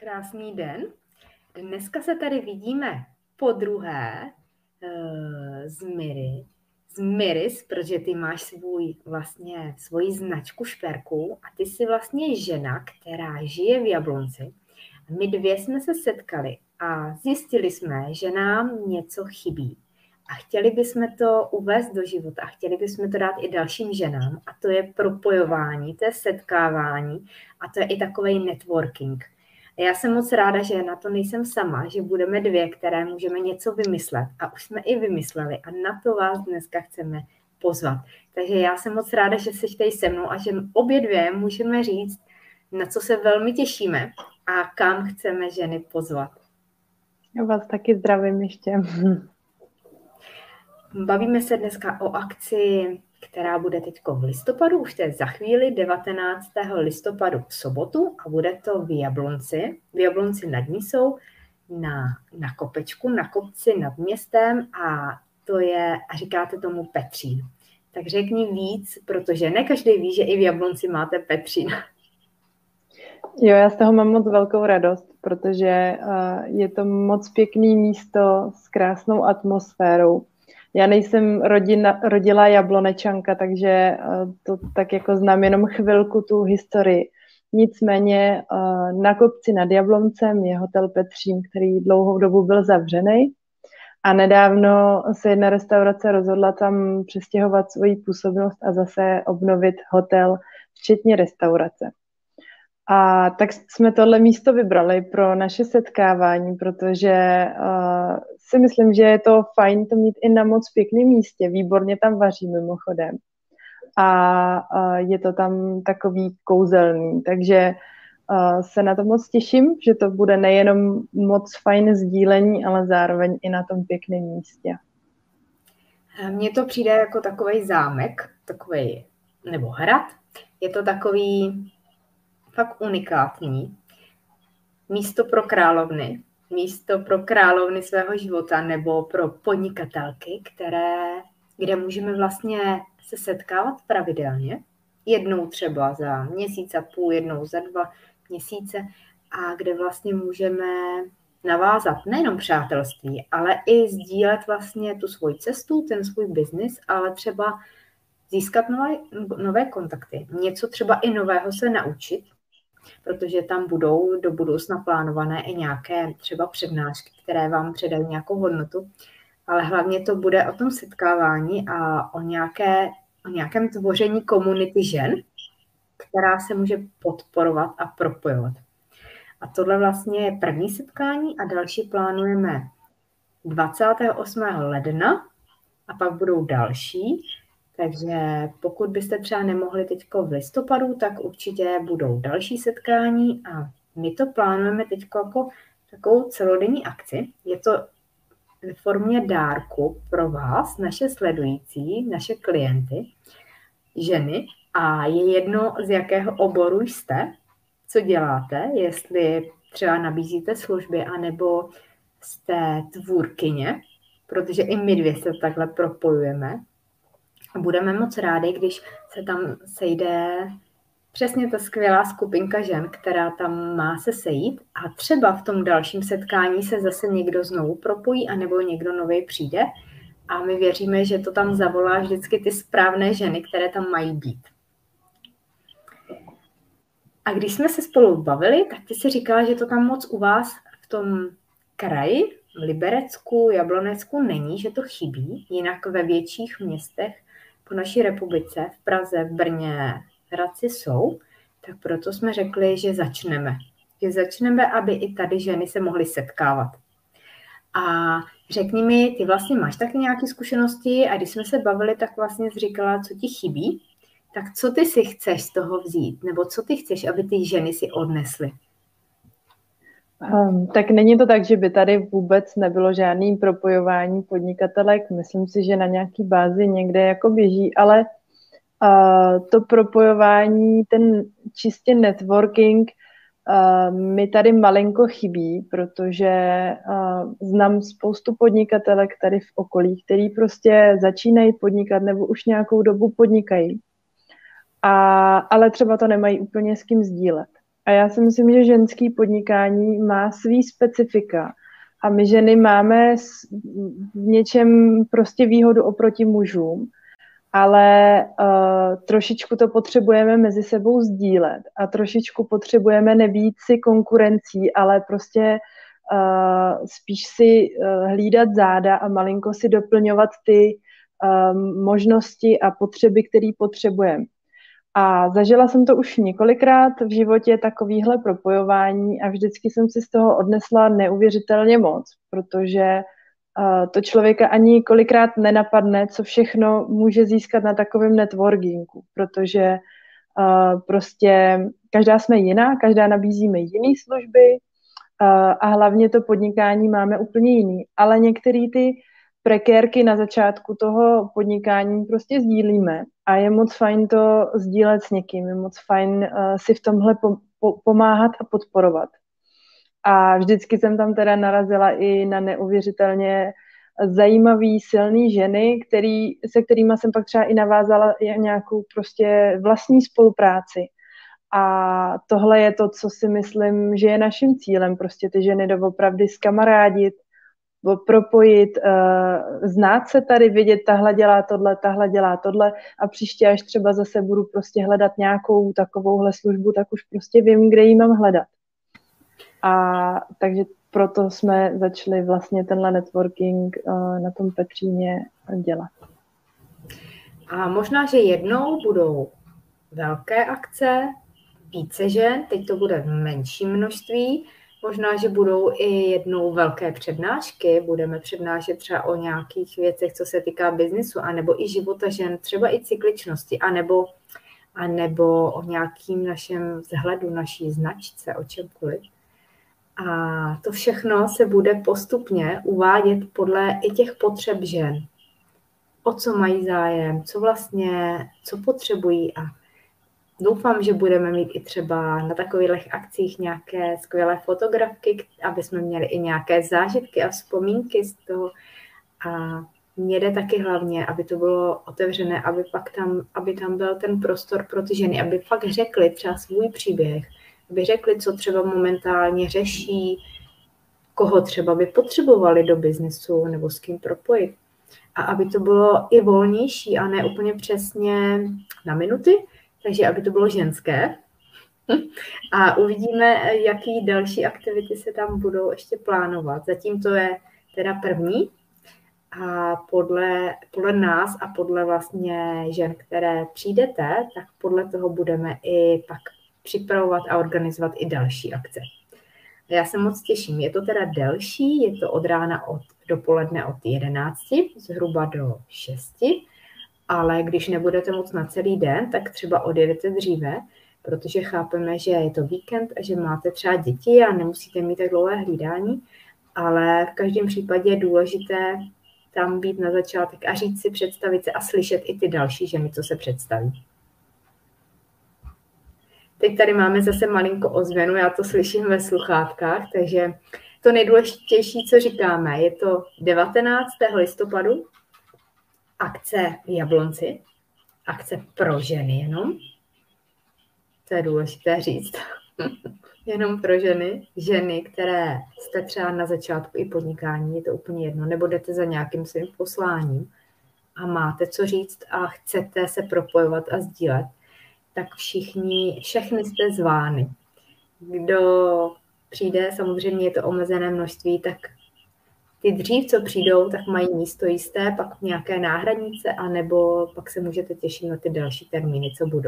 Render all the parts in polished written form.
Krásný den. Dneska se tady vidíme podruhé z Miris, protože ty máš svoji značku šperků a ty jsi vlastně žena, která žije v Jablonci. My dvě jsme se setkali a zjistili jsme, že nám něco chybí. A chtěli bychom to uvést do života a chtěli bychom to dát i dalším ženám. A to je propojování, to je setkávání a to je i takový networking. A já jsem moc ráda, že na to nejsem sama, že budeme dvě, které můžeme něco vymyslet. A už jsme i vymysleli a na to vás dneska chceme pozvat. Takže já jsem moc ráda, že jsi tady se mnou a že obě dvě můžeme říct, na co se velmi těšíme a kam chceme ženy pozvat. Já vás taky zdravím ještě. Bavíme se dneska o akci, která bude teď v listopadu, už to je za chvíli, 19. listopadu v sobotu a bude to v Jablonci nad Nisou, na kopečku, na kopci nad městem a to je, a říkáte tomu Petřín. Tak řekni víc, protože ne každý ví, že i v Jablonci máte Petřín. Jo, já z toho mám moc velkou radost, protože je to moc pěkný místo s krásnou atmosférou. Já nejsem rodilá Jablonečanka, takže to tak jako znám jenom chvilku tu historii. Nicméně na kopci nad Jabloncem je hotel Petřín, který dlouhou dobu byl zavřený a nedávno se jedna restaurace rozhodla tam přestěhovat svoji působnost a zase obnovit hotel, včetně restaurace. A tak jsme tohle místo vybrali pro naše setkávání, protože si myslím, že je to fajn to mít i na moc pěkném místě. Výborně tam vaří mimochodem. A je to tam takový kouzelný. Takže se na to moc těším, že to bude nejenom moc fajn sdílení, ale zároveň i na tom pěkném místě. Mně to přijde jako takovej zámek, nebo hrad. Je to takový fakt unikátní. Místo pro královny svého života nebo pro podnikatelky, kde můžeme vlastně se setkávat pravidelně. Jednou třeba za měsíc a půl, jednou za 2 měsíce a kde vlastně můžeme navázat nejenom přátelství, ale i sdílet vlastně tu svoji cestu, ten svůj biznis, ale třeba získat nové kontakty. Něco třeba i nového se naučit, protože tam budou do budoucna plánované i nějaké třeba přednášky, které vám předají nějakou hodnotu, ale hlavně to bude o tom setkávání a o nějakém tvoření komunity žen, která se může podporovat a propojovat. A tohle vlastně je první setkání a další plánujeme 28. ledna a pak budou další. Takže pokud byste třeba nemohli teď v listopadu, tak určitě budou další setkání a my to plánujeme teď jako takovou celodenní akci. Je to ve formě dárku pro vás, naše sledující, naše klienty, ženy a je jedno, z jakého oboru jste, co děláte, jestli třeba nabízíte služby, anebo jste tvůrkyně, protože i my dvě se takhle propojujeme. Budeme moc rádi, když se tam sejde přesně ta skvělá skupinka žen, která tam má se sejít a třeba v tom dalším setkání se zase někdo znovu propojí anebo někdo nový přijde a my věříme, že to tam zavolá vždycky ty správné ženy, které tam mají být. A když jsme se spolu bavili, tak ty si říkala, že to tam moc u vás v tom kraji, v Liberecku, Jablonecku není, že to chybí, jinak ve větších městech po naší republice, v Praze, v Brně, Hradci jsou, tak proto jsme řekli, že začneme. Že začneme, aby i tady ženy se mohly setkávat. A řekni mi, ty vlastně máš taky nějaké zkušenosti a když jsme se bavili, tak vlastně jsi říkala, co ti chybí, tak co ty si chceš z toho vzít? Nebo co ty chceš, aby ty ženy si odnesly? Tak není to tak, že by tady vůbec nebylo žádný propojování podnikatelek. Myslím si, že na nějaký bázi někde jako běží, ale to propojování, ten čistě networking mi tady malinko chybí, protože znám spoustu podnikatelek tady v okolí, který prostě začínají podnikat nebo už nějakou dobu podnikají. Ale třeba to nemají úplně s kým sdílet. A já si myslím, že ženský podnikání má svý specifika. A my ženy máme v něčem prostě výhodu oproti mužům, ale trošičku to potřebujeme mezi sebou sdílet a trošičku potřebujeme nebýt si konkurencí, ale prostě spíš si hlídat záda a malinko si doplňovat ty možnosti a potřeby, které potřebujeme. A zažila jsem to už několikrát v životě, takovýhle propojování, a vždycky jsem si z toho odnesla neuvěřitelně moc, protože to člověka ani kolikrát nenapadne, co všechno může získat na takovém networkingu, protože prostě každá jsme jiná, každá nabízíme jiné služby a hlavně to podnikání máme úplně jiný. Ale některé ty prekérky na začátku toho podnikání prostě sdílíme a je moc fajn to sdílet s někým, je moc fajn si v tomhle pomáhat a podporovat. A vždycky jsem tam teda narazila i na neuvěřitelně zajímavý, silný ženy, se kterými jsem pak třeba i navázala nějakou prostě vlastní spolupráci. A tohle je to, co si myslím, že je naším cílem, prostě ty ženy doopravdy zkamarádit, propojit, znát se tady, vidět, tahle dělá tohle a příště, až třeba zase budu prostě hledat nějakou takovouhle službu, tak už prostě vím, kde ji mám hledat. A takže proto jsme začali vlastně tenhle networking na tom Petříně dělat. A možná, že jednou budou velké akce, více žen, teď to bude v menším množství, možná, že budou i jednou velké přednášky, budeme přednášet třeba o nějakých věcech, co se týká biznisu, anebo i života žen, třeba i cykličnosti, anebo o nějakým našem vzhledu, naší značce, o čemkoliv. A to všechno se bude postupně uvádět podle i těch potřeb žen. O co mají zájem, co potřebují, a doufám, že budeme mít i třeba na takových akcích nějaké skvělé fotografky, aby jsme měli i nějaké zážitky a vzpomínky z toho. A mně jde taky hlavně, aby to bylo otevřené, aby tam byl ten prostor pro ty ženy, aby fakt řekli třeba svůj příběh, aby řekli, co třeba momentálně řeší, koho třeba by potřebovali do biznesu nebo s kým propojit. A aby to bylo i volnější a ne úplně přesně na minuty, takže aby to bylo ženské. A uvidíme, jaký další aktivity se tam budou ještě plánovat. Zatím to je teda první. A podle nás a podle vlastně žen, které přijdete, tak podle toho budeme i pak připravovat a organizovat i další akce. Já se moc těším. Je to teda delší, je to od rána dopoledne od 11, zhruba do 6, ale když nebudete moc na celý den, tak třeba odjedete dříve, protože chápeme, že je to víkend a že máte třeba děti a nemusíte mít tak dlouhé hlídání, ale v každém případě je důležité tam být na začátek a říct si, představit se a slyšet i ty další ženy, co se představí. Teď tady máme zase malinko ozvěnu, já to slyším ve sluchátkách, takže to nejdůležitější, co říkáme, je to 19. listopadu, akce v Jablonci, akce pro ženy jenom, to je důležité říct, jenom pro ženy, které jste třeba na začátku i podnikání, je to úplně jedno, nebo jdete za nějakým svým posláním a máte co říct a chcete se propojovat a sdílet, tak všechny jste zvány. Kdo přijde, samozřejmě je to omezené množství, tak ty dřív, co přijdou, tak mají místo jisté, pak nějaké náhradnice, anebo pak se můžete těšit na ty další termíny, co budou.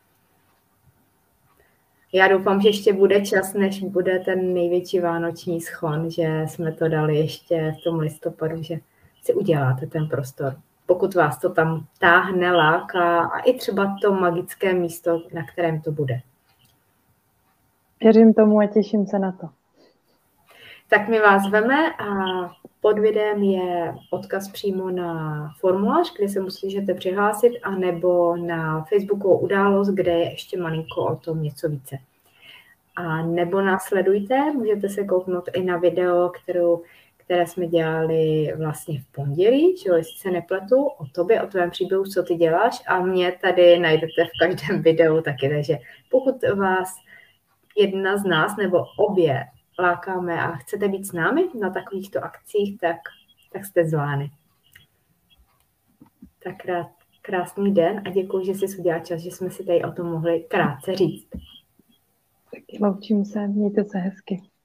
Já doufám, že ještě bude čas, než bude ten největší vánoční schon, že jsme to dali ještě v tom listopadu, že si uděláte ten prostor. Pokud vás to tam táhne, láká a i třeba to magické místo, na kterém to bude. Věřím tomu a těším se na to. Tak my vás veme a pod videem je odkaz přímo na formulář, kde se můžete přihlásit, anebo na Facebookovou událost, kde je ještě malinko o tom něco více. A nebo nás sledujte, můžete se kouknout i na video, které jsme dělali vlastně v pondělí, že jestli se nepletu, o tobě, o tvém příběhu, co ty děláš, a mě tady najdete v každém videu taky, takže pokud vás jedna z nás nebo obě lákáme a chcete být s námi na takovýchto akcích, tak jste zvány. Tak krásný den a děkuji, že jsi udělala čas, že jsme si tady o tom mohli krátce říct. Taky loučím se, mějte se hezky.